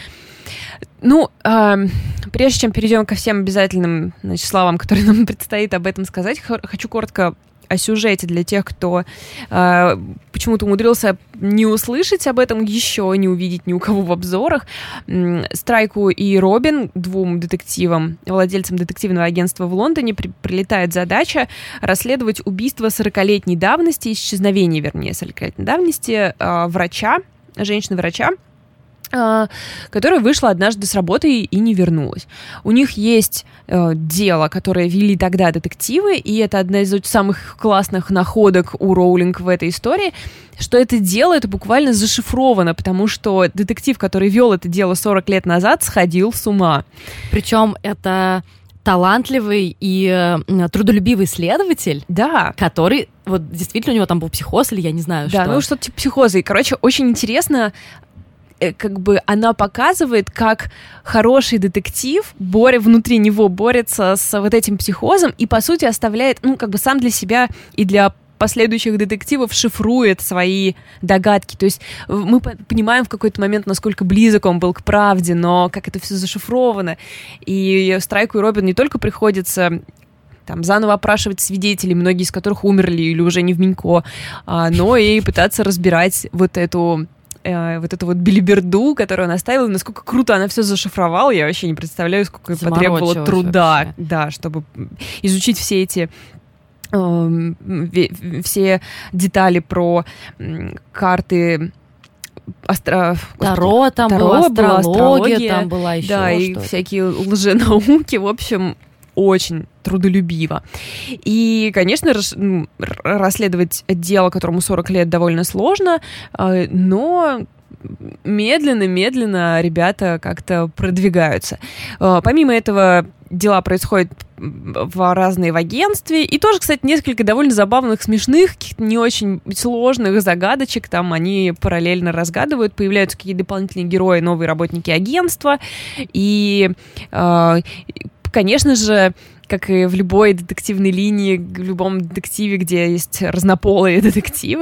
Прежде чем перейдем ко всем обязательным словам, которые нам предстоит об этом сказать, хочу коротко о сюжете для тех, кто почему-то умудрился не услышать об этом еще, не увидеть ни у кого в обзорах. Страйку и Робин, 2 детективам, владельцам детективного агентства в Лондоне, прилетает задача расследовать убийство 40-летней давности, исчезновение, 40-летней давности женщины-врача, которая вышла однажды с работы и не вернулась. У них есть дело, которое вели тогда детективы, и это одна из самых классных находок у Роулинг в этой истории, что это дело, это буквально зашифровано, потому что детектив, который вел это дело 40 лет назад, сходил с ума. Причем это талантливый и трудолюбивый следователь, который, действительно, у него там был психоз или я не знаю, что. Да, что-то типа психоза. И, очень интересно, она показывает, как хороший детектив внутри него борется с этим психозом и, по сути, оставляет, сам для себя и для последующих детективов шифрует свои догадки. То есть мы понимаем в какой-то момент, насколько близок он был к правде, но как это все зашифровано. И Страйку и Робин не только приходится заново опрашивать свидетелей, многие из которых умерли или уже не в Минько, но и пытаться разбирать эту билиберду, которую она оставила, насколько круто она все зашифровала, я вообще не представляю, сколько потребовало труда, чтобы изучить все эти все детали про карты Таро там была, астрология там была еще. Да, и всякие лженауки, в общем, очень трудолюбиво. И, конечно, расследовать дело, которому 40 лет, довольно сложно, но медленно ребята как-то продвигаются. Помимо этого, дела происходят в разные в агентстве. И тоже, кстати, несколько довольно забавных, смешных, каких-то не очень сложных загадочек там они параллельно разгадывают. Появляются какие-то дополнительные герои, новые работники агентства. И, конечно же, как и в любой детективной линии, в любом детективе, где есть разнополые детективы,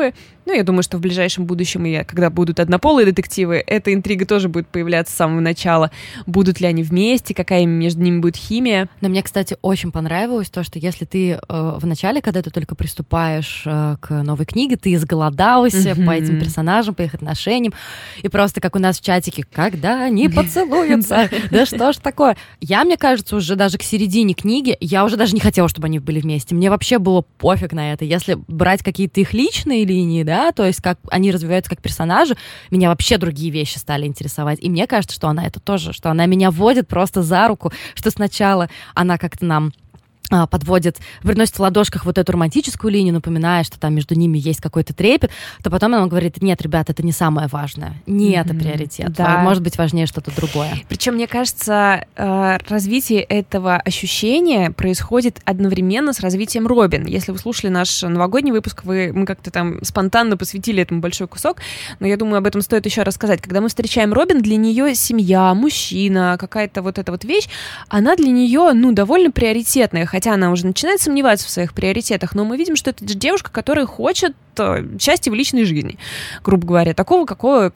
Ну, я думаю, что в ближайшем будущем, когда будут однополые детективы, эта интрига тоже будет появляться с самого начала. Будут ли они вместе, какая между ними будет химия. Но мне, кстати, очень понравилось то, что если ты в начале, когда ты только приступаешь к новой книге, ты изголодалась по этим персонажам, по их отношениям, и просто как у нас в чатике, когда они поцелуются, да что ж такое. Мне кажется, уже даже к середине книги я уже даже не хотела, чтобы они были вместе. Мне вообще было пофиг на это. Если брать какие-то их личные линии, да, то есть как они развиваются как персонажи, меня вообще другие вещи стали интересовать. И мне кажется, что она это тоже, что она меня водит просто за руку, что сначала она как-то нам подводит, приносит в ладошках вот эту романтическую линию, напоминая, что там между ними есть какой-то трепет, то потом она говорит, нет, ребят, это не самое важное, не это приоритет, да. Может быть важнее что-то другое. Причем, мне кажется, развитие этого ощущения происходит одновременно с развитием Робин. Если вы слушали наш новогодний выпуск, мы как-то там спонтанно посвятили этому большой кусок, но я думаю, об этом стоит еще рассказать. Когда мы встречаем Робин, для нее семья, мужчина, какая-то вот эта вот вещь, она для нее, довольно приоритетная, хотя она уже начинает сомневаться в своих приоритетах, но мы видим, что это девушка, которая хочет счастья в личной жизни, грубо говоря, такого, какое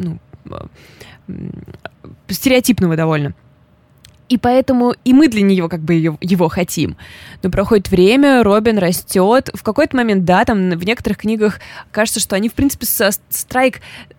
стереотипного довольно. И поэтому и мы для нее как бы его хотим. Но проходит время, Робин растет. В какой-то момент, да, там в некоторых книгах кажется, что они, в принципе, Страйк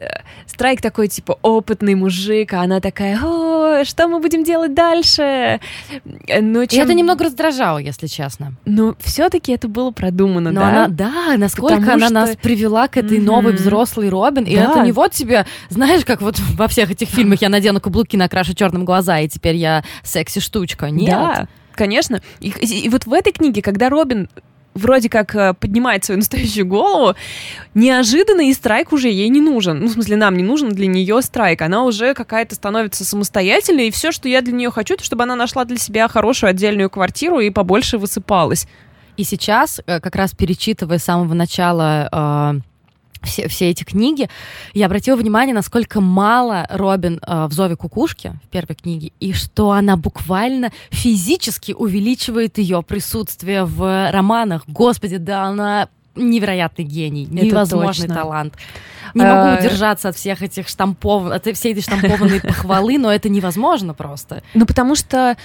такой, типа, опытный мужик, а она такая, что мы будем делать дальше? И это немного раздражало, если честно. Но все-таки это было продумано, да? Насколько она нас привела к этой новой взрослой Робин. И это не вот тебе, знаешь, как вот во всех этих фильмах я надену каблуки, накрашу черным глаза, и теперь я секси-штучка. Нет. Да, конечно. И вот в этой книге, когда Робин вроде как поднимает свою настоящую голову, неожиданно и Страйк уже ей не нужен. В смысле, нам не нужен для нее Страйк. Она уже какая-то становится самостоятельной, и все, что я для нее хочу, это чтобы она нашла для себя хорошую отдельную квартиру и побольше высыпалась. И сейчас, как раз перечитывая с самого начала все эти книги, я обратила внимание, насколько мало Робин в «Зове кукушки» в первой книге, и что она буквально физически увеличивает ее присутствие в романах. Господи, да она невероятный гений, невозможный талант. Не могу удержаться от всех этих от всей этой штампованной похвалы, но это невозможно просто. Потому что,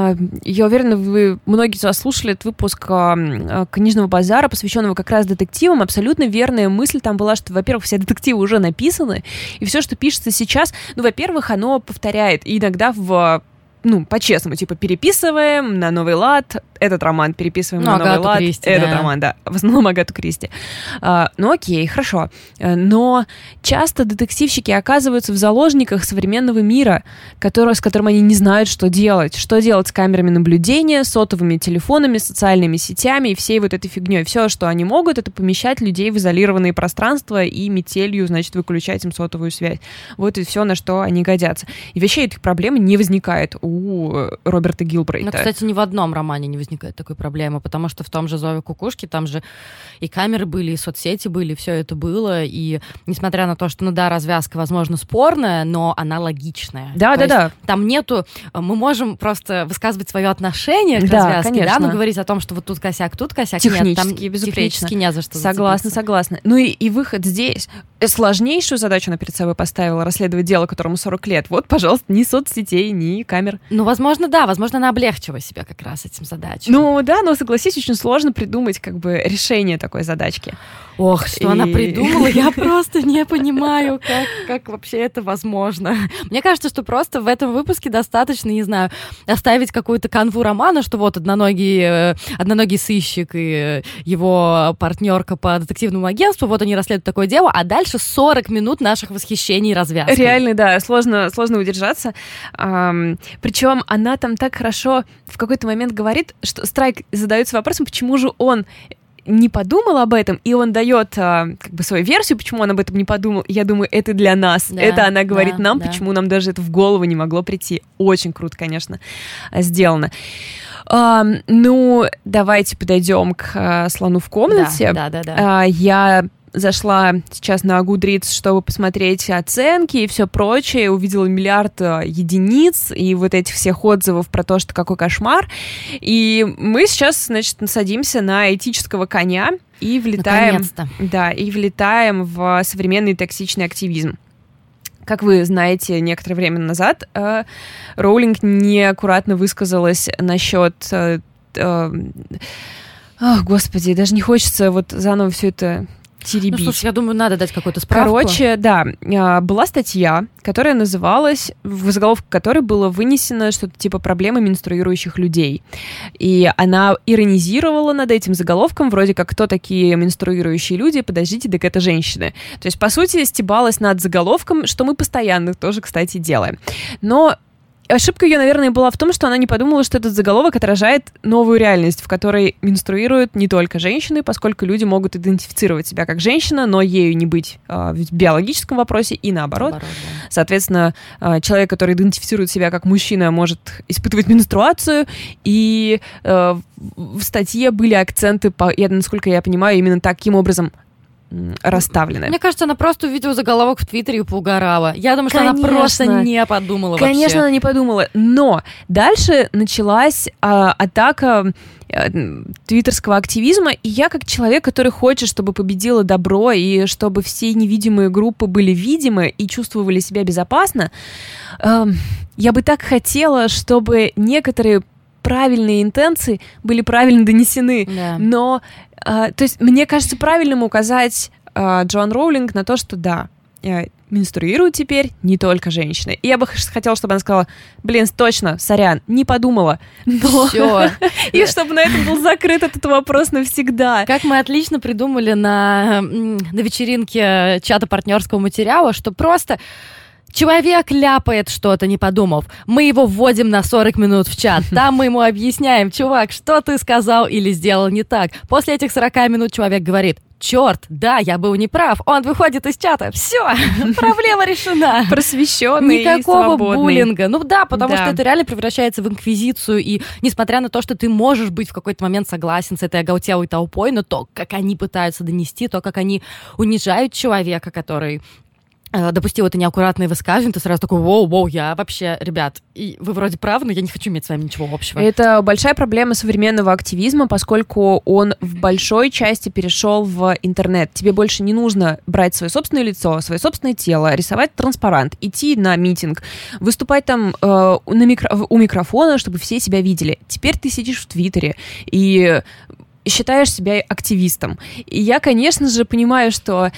я уверена, многие из вас слушали этот выпуск «Книжного базара», посвященного как раз детективам. Абсолютно верная мысль там была, что, во-первых, все детективы уже написаны, и все, что пишется сейчас, во-первых, оно повторяет, и иногда по-честному, типа, переписываем на новый лад, этот роман переписываем на новый лад, Кристи, этот роман, да, в основном Агату Кристи. Окей, хорошо. Но часто детективщики оказываются в заложниках современного мира, с которым они не знают, что делать. Что делать с камерами наблюдения, сотовыми телефонами, социальными сетями и всей вот этой фигней. Все, что они могут, это помещать людей в изолированные пространства и метелью, значит, выключать им сотовую связь. Вот и все, на что они годятся. И вообще этих проблем не возникает у Роберта Гилбрейта. Ну, кстати, ни в одном романе не возникает такой проблемы, потому что в том же «Зове кукушки» там же и камеры были, и соцсети были, все это было, и несмотря на то, что, развязка, возможно, спорная, но она логичная. Да. Там нету... Мы можем просто высказывать свое отношение к развязке, конечно. но говорить о том, что вот тут косяк, технически, нет, там безупречно. Технически не за что Согласна. И выход здесь. Сложнейшую задачу она перед собой поставила, расследовать дело, которому 40 лет. Вот, пожалуйста, ни соцсетей, ни камер. Возможно, она облегчила себя как раз этим задачам. Но согласись, очень сложно придумать решение такой задачки. Ох, что она придумала, я просто не понимаю, как вообще это возможно. Мне кажется, что просто в этом выпуске достаточно, не знаю, оставить какую-то канву романа, что вот одноногий сыщик и его партнерка по детективному агентству, вот они расследуют такое дело, а дальше 40 минут наших восхищений и развязки. Реально, да, сложно удержаться. Причем она там так хорошо в какой-то момент говорит, что Страйк задается вопросом, почему же он не подумал об этом, и он дает свою версию, почему он об этом не подумал. Я думаю, это для нас. Да, это она говорит нам, почему нам даже это в голову не могло прийти. Очень круто, конечно, сделано. Давайте подойдем к «Слону в комнате». Да. Я зашла сейчас на Goodreads, чтобы посмотреть оценки и все прочее, увидела миллиард единиц и вот этих всех отзывов про то, что какой кошмар. И мы сейчас, значит, садимся на этического коня и влетаем, и влетаем в современный токсичный активизм. Как вы знаете, некоторое время назад Роулинг неаккуратно высказалась насчет... Господи, даже не хочется вот заново все это теребить. Ну, слушай, я думаю, надо дать какую-то справку. Короче, да, была статья, которая называлась, в заголовке которой было вынесено что-то типа «Проблемы менструирующих людей». И она иронизировала над этим заголовком, вроде как «Кто такие менструирующие люди? Подождите, так это женщины». То есть, по сути, стебалась над заголовком, что мы постоянно тоже, кстати, делаем. Но ошибка ее, наверное, была в том, что она не подумала, что этот заголовок отражает новую реальность, в которой менструируют не только женщины, поскольку люди могут идентифицировать себя как женщина, но ею не быть в биологическом вопросе и наоборот. Да. Соответственно, человек, который идентифицирует себя как мужчина, может испытывать менструацию, и в статье были акценты, насколько я понимаю, именно таким образом расставлены. Мне кажется, она просто увидела заголовок в Твиттере и поугарала. Я думаю, что она просто не подумала вообще. Конечно, она не подумала. Но дальше началась атака твиттерского активизма, и я как человек, который хочет, чтобы победило добро, и чтобы все невидимые группы были видимы и чувствовали себя безопасно, я бы так хотела, чтобы некоторые правильные интенции были правильно донесены. Да. Но, то есть, мне кажется правильным указать Джоан Роулинг на то, что да, менструируют теперь не только женщины. И я бы хотела, чтобы она сказала: блин, точно, сорян, не подумала. Все. И чтобы на этом был закрыт этот вопрос навсегда. Как мы отлично придумали на вечеринке чата партнерского материала, что просто... Человек ляпает что-то, не подумав. Мы его вводим на 40 минут в чат. Там мы ему объясняем: чувак, что ты сказал или сделал не так. После этих 40 минут человек говорит: черт, да, я был неправ. Он выходит из чата. Все, проблема решена. Просвещенный и свободный. Никакого буллинга. Ну да, потому что это реально превращается в инквизицию. И несмотря на то, что ты можешь быть в какой-то момент согласен с этой оголтелой толпой, но то, как они пытаются донести, то, как они унижают человека, который... допустил это неаккуратное высказывание, ты сразу такой: воу, я вообще, ребят, и вы вроде правы, но я не хочу иметь с вами ничего общего. Это большая проблема современного активизма, поскольку он в большой части перешел в интернет. Тебе больше не нужно брать свое собственное лицо, свое собственное тело, рисовать транспарант, идти на митинг, выступать там у микрофона, чтобы все себя видели. Теперь ты сидишь в Твиттере и считаешь себя активистом. И я, конечно же, понимаю, что...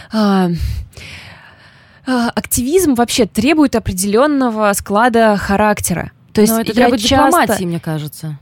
активизм вообще требует определенного склада характера. То есть это требует дипломатии, мне кажется.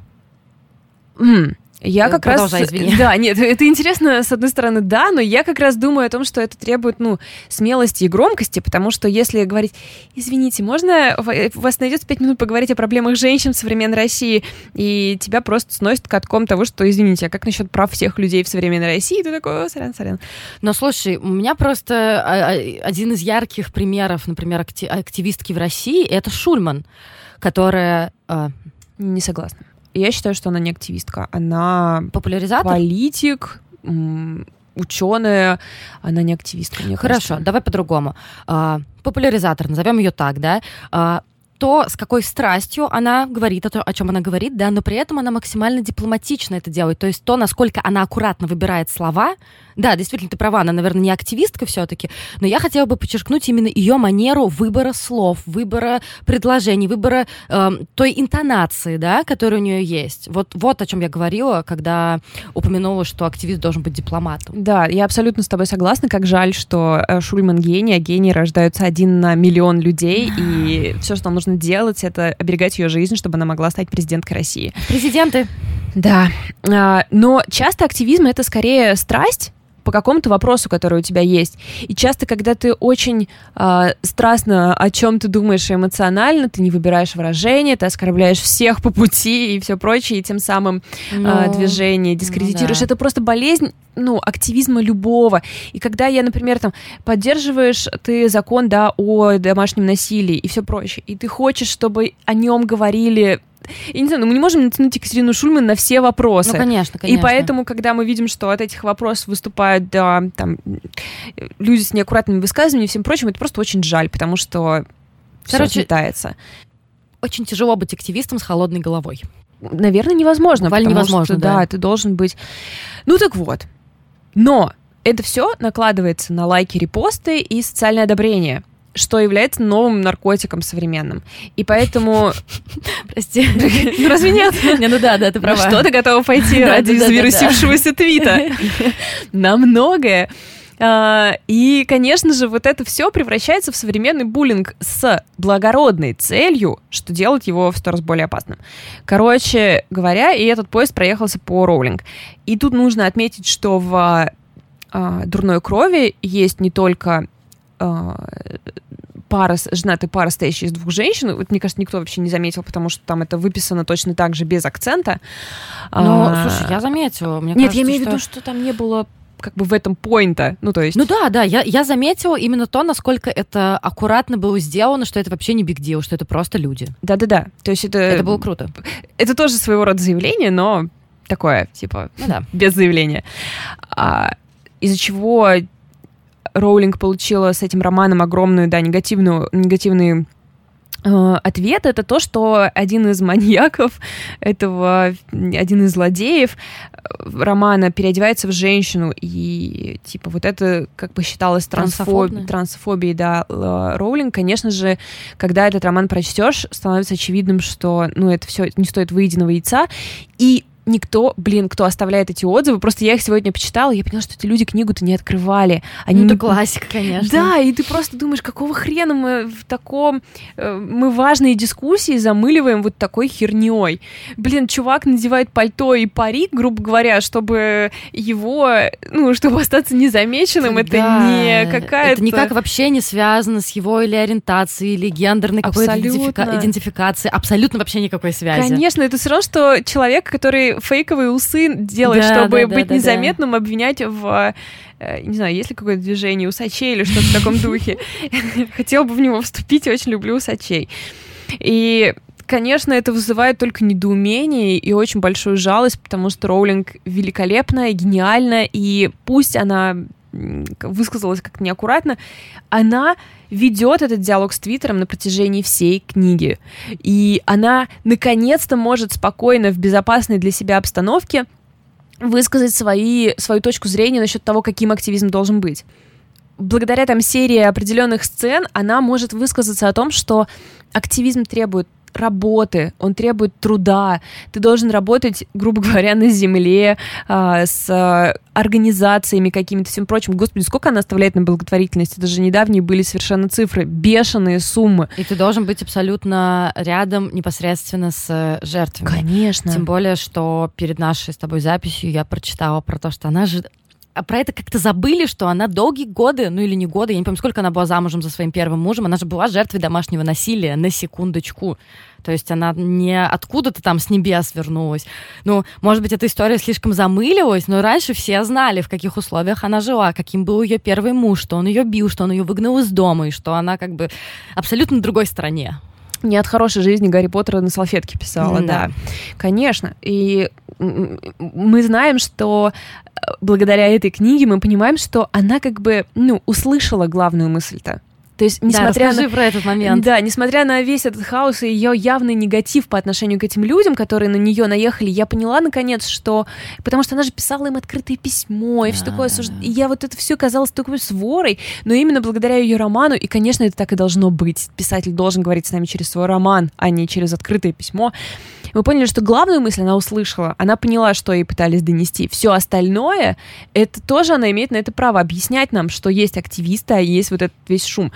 Я как раз... Да, нет, это интересно, с одной стороны, да, но я как раз думаю о том, что это требует, смелости и громкости, потому что если говорить: извините, можно у вас найдется 5 минут поговорить о проблемах женщин в современной России, и тебя просто сносит катком того, что, извините, а как насчет прав всех людей в современной России? И ты такой: сорян. Но слушай, у меня просто один из ярких примеров, например, активистки в России, это Шульман, которая... Не согласна. Я считаю, что она не активистка. Она популяризатор? Политик, ученая. Она не активистка, мне кажется. Хорошо, давай по-другому. Популяризатор, назовем ее так, да? То, с какой страстью она говорит о чем она говорит, да, но при этом она максимально дипломатично это делает. То есть то, насколько она аккуратно выбирает слова. Да, действительно, ты права, она, наверное, не активистка все-таки, но я хотела бы подчеркнуть именно ее манеру выбора слов, выбора предложений, выбора той интонации, да, которая у нее есть. Вот о чем я говорила, когда упомянула, что активист должен быть дипломатом. Да, я абсолютно с тобой согласна. Как жаль, что Шульман гений, а гении рождаются 1 на миллион людей, и все, что нам нужно делать, это оберегать ее жизнь, чтобы она могла стать президенткой России. Президенты. Да, но часто активизм — это скорее страсть по какому-то вопросу, который у тебя есть. И часто, когда ты очень страстно о чем ты думаешь эмоционально, ты не выбираешь выражения, ты оскорбляешь всех по пути и все прочее, и тем самым движение дискредитируешь. Это просто болезнь, активизма любого. И когда я, например, поддерживаешь ты закон, да, о домашнем насилии и все прочее, и ты хочешь, чтобы о нем говорили я не знаю, мы не можем натянуть Екатерину Шульман на все вопросы. Ну, конечно. И поэтому, когда мы видим, что от этих вопросов выступают там, люди с неаккуратными высказываниями и всем прочим, это просто очень жаль, потому что все сметается. Очень тяжело быть активистом с холодной головой. Наверное, невозможно. Буквально невозможно, да. Ты должен быть... Ну так вот. Но это все накладывается на лайки, репосты и социальное одобрение, что является новым наркотиком современным. И поэтому... Прости. Ну разве нет? Ну да, ты права. Что ты готова пойти ради завирусившегося твита? На многое. И, конечно же, вот это все превращается в современный буллинг с благородной целью, что делает его в 100 раз более опасным. Короче говоря, и этот поезд проехался по Роулинг. И тут нужно отметить, что в «Дурной крови» есть не только женатая пара, стоящая из двух женщин. Вот, мне кажется, никто вообще не заметил, потому что там это выписано точно так же, без акцента. Ну, слушай, я заметила. Нет, кажется, я имею в виду, что там не было как бы в этом поинта, ну то есть... Ну да, я заметила именно то, насколько это аккуратно было сделано, что это вообще не big deal, что это просто люди. Да-да-да, то есть это было круто. Это тоже своего рода заявление, но такое, типа, без заявления. Из-за чего Роулинг получила с этим романом огромную, негативный ответ, это то, что один из маньяков один из злодеев романа переодевается в женщину, и типа вот это как бы считалось трансфобией, да, Роулинг. Конечно же, когда этот роман прочтешь, становится очевидным, что, это все не стоит выеденного яйца, и никто, кто оставляет эти отзывы, просто я их сегодня почитала, и я поняла, что эти люди книгу-то не открывали. Это классика, конечно. Да, и ты просто думаешь, какого хрена мы мы важные дискуссии замыливаем вот такой херней. Чувак надевает пальто и парик, грубо говоря, чтобы чтобы остаться незамеченным, это не какая-то... Это никак вообще не связано с его или ориентацией, или гендерной какой-то идентификацией. Абсолютно вообще никакой связи. Конечно, это все равно, что человек, который фейковые усы делает, чтобы быть незаметным, обвинять в... Не знаю, есть ли какое-то движение усачей или что-то в таком духе. Хотела бы в него вступить, очень люблю усачей. И, конечно, это вызывает только недоумение и очень большую жалость, потому что Роулинг великолепная, гениальна, и пусть она высказалась как-то неаккуратно, она ведет этот диалог с Твиттером на протяжении всей книги. И она, наконец-то, может спокойно, в безопасной для себя обстановке высказать свою точку зрения насчет того, каким активизм должен быть. Благодаря серии определенных сцен она может высказаться о том, что активизм требует работы, он требует труда. Ты должен работать, грубо говоря, на земле, с организациями какими-то, всем прочим. Господи, сколько она оставляет на благотворительность? Это же недавние были совершенно цифры, бешеные суммы. И ты должен быть абсолютно рядом непосредственно с жертвами. Конечно. Тем более, что перед нашей с тобой записью я прочитала про то, что она же... А про это как-то забыли, что она долгие годы, или не годы, я не помню, сколько она была замужем за своим первым мужем, она же была жертвой домашнего насилия, на секундочку. То есть она не откуда-то там с небес вернулась. Может быть, эта история слишком замылилась, но раньше все знали, в каких условиях она жила, каким был ее первый муж, что он ее бил, что он ее выгнал из дома, и что она как бы абсолютно на другой стороне. Не от хорошей жизни Гарри Поттера на салфетке писала, да. Конечно. И мы знаем, что благодаря этой книге мы понимаем, что она как бы, услышала главную мысль-то. То есть, расскажи про этот момент. Да, несмотря на весь этот хаос и ее явный негатив по отношению к этим людям, которые на нее наехали, я поняла, наконец, что... Потому что она же писала им открытое письмо, и все такое. И я это все казалось такой сворой, но именно благодаря ее роману, и, конечно, это так и должно быть. Писатель должен говорить с нами через свой роман, а не через открытое письмо. Мы поняли, что главную мысль она услышала, она поняла, что ей пытались донести. Все остальное, это тоже она имеет на это право объяснять нам, что есть активисты, а есть вот этот весь шум.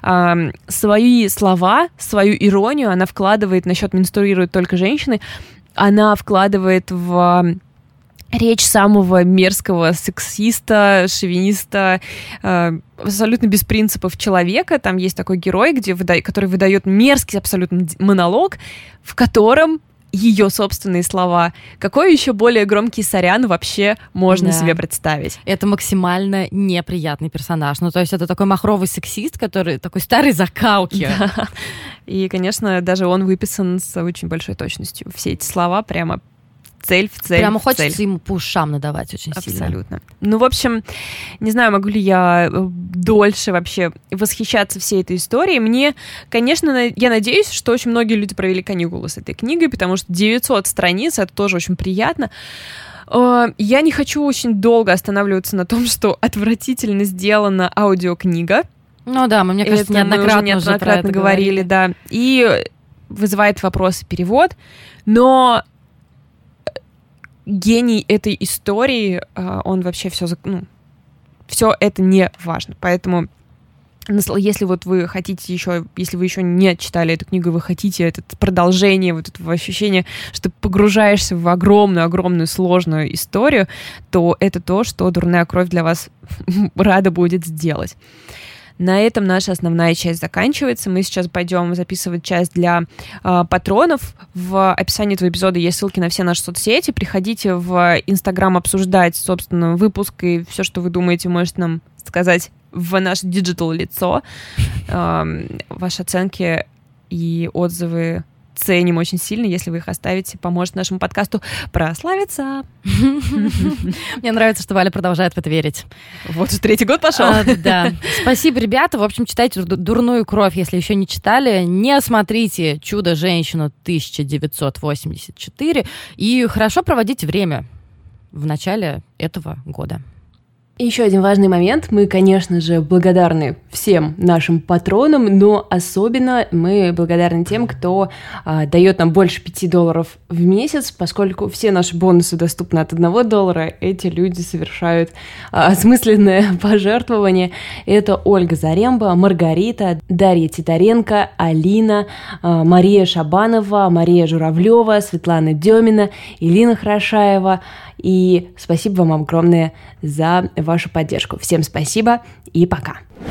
Свои слова, свою иронию она вкладывает, насчет менструируют только женщины, она вкладывает в речь самого мерзкого сексиста, шовиниста, абсолютно без принципов человека. Там есть такой герой, который выдает мерзкий абсолютно монолог, в котором ее собственные слова. Какой еще более громкий сорян вообще можно себе представить? Это максимально неприятный персонаж. Ну, то есть это такой махровый сексист, который такой старый закалки. Да. И, конечно, даже он выписан с очень большой точностью. Все эти слова прямо цель в цель. Прямо хочется ему по ушам надавать очень сильно. Абсолютно. Ну, в общем, не знаю, могу ли я дольше вообще восхищаться всей этой историей. Мне, конечно, я надеюсь, что очень многие люди провели каникулы с этой книгой, потому что 900 страниц, это тоже очень приятно. Я не хочу очень долго останавливаться на том, что отвратительно сделана аудиокнига. Ну да, мне кажется, неоднократно говорили, да. И вызывает вопросы перевод, но гений этой истории, он вообще все это не важно. Поэтому, если вот вы хотите еще, если вы еще не читали эту книгу, вы хотите это продолжение вот этого ощущения, что погружаешься в огромную сложную историю, то это то, что «Дурная кровь» для вас рада будет сделать. На этом наша основная часть заканчивается. Мы сейчас пойдем записывать часть для патронов. В описании этого эпизода есть ссылки на все наши соцсети. Приходите в Инстаграм обсуждать, собственно, выпуск и все, что вы думаете, можете нам сказать в наше диджитал-лицо. Ваши оценки и отзывы ценим очень сильно. Если вы их оставите, поможет нашему подкасту прославиться. Мне нравится, что Валя продолжает в это верить. Вот уже 3-й год пошел. Да. Спасибо, ребята. В общем, читайте «Дурную кровь», если еще не читали. Не смотрите «Чудо-женщину» 1984. И хорошо проводите время в начале этого года. И еще один важный момент. Мы, конечно же, благодарны всем нашим патронам, но особенно мы благодарны тем, кто дает нам больше $5 в месяц, поскольку все наши бонусы доступны от $1. Эти люди совершают осмысленное пожертвование. Это Ольга Заремба, Маргарита, Дарья Титаренко, Алина, Мария Шабанова, Мария Журавлева, Светлана Демина, Илина Хорошаева. И спасибо вам огромное за вашу поддержку. Всем спасибо и пока.